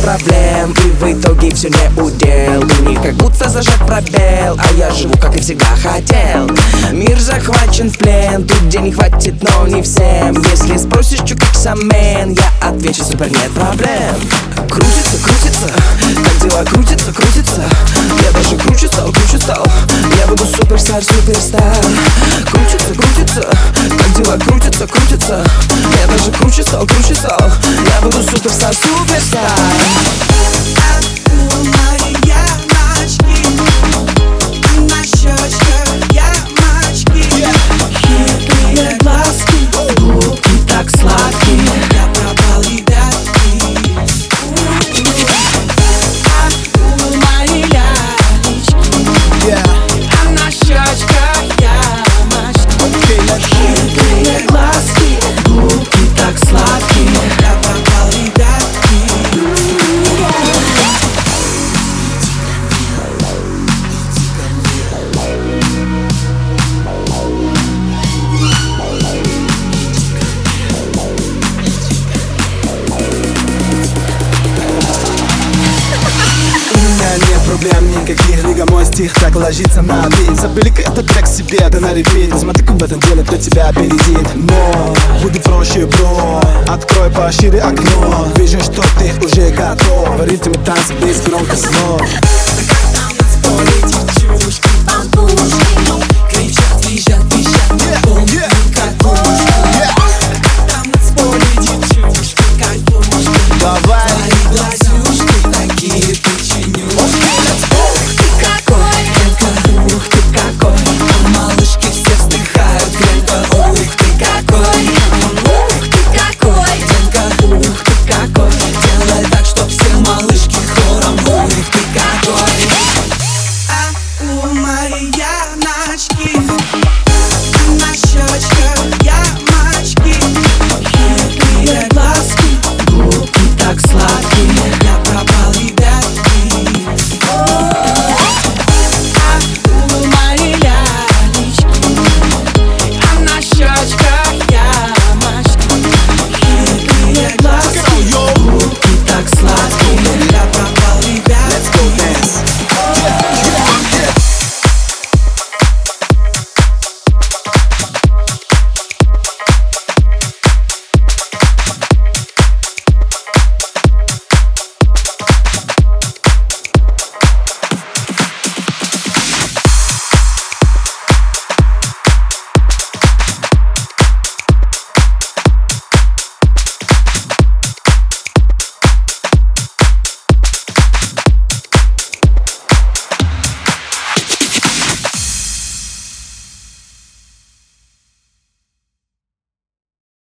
проблем, и в итоге все не удел. У них как будто зажат пробел, а я живу, как и всегда хотел. Мир захвачен в плен, тут денег хватит, но не всем. Если спросишь, чё как самен, я отвечу: супер, нет проблем. Крутится, крутится, как дела, крутится, крутится. Я даже круче стал, я буду суперстар, суперстар. Крутится, крутится, как дела, крутится, крутится. Я даже круче стал, я буду суперстар, суперстар. Нет проблем никаких, лига мой стих так ложится на бит. Забыли-ка этот трек себе, да на репит. Смотри-ка в этом деле, кто тебя опередит. Но буду проще, бро, открой пошире окно. Вижу, что ты уже готов. В ритме танца без громко слов. Как танец в поле девчушки, бамбушки кричат, визжат.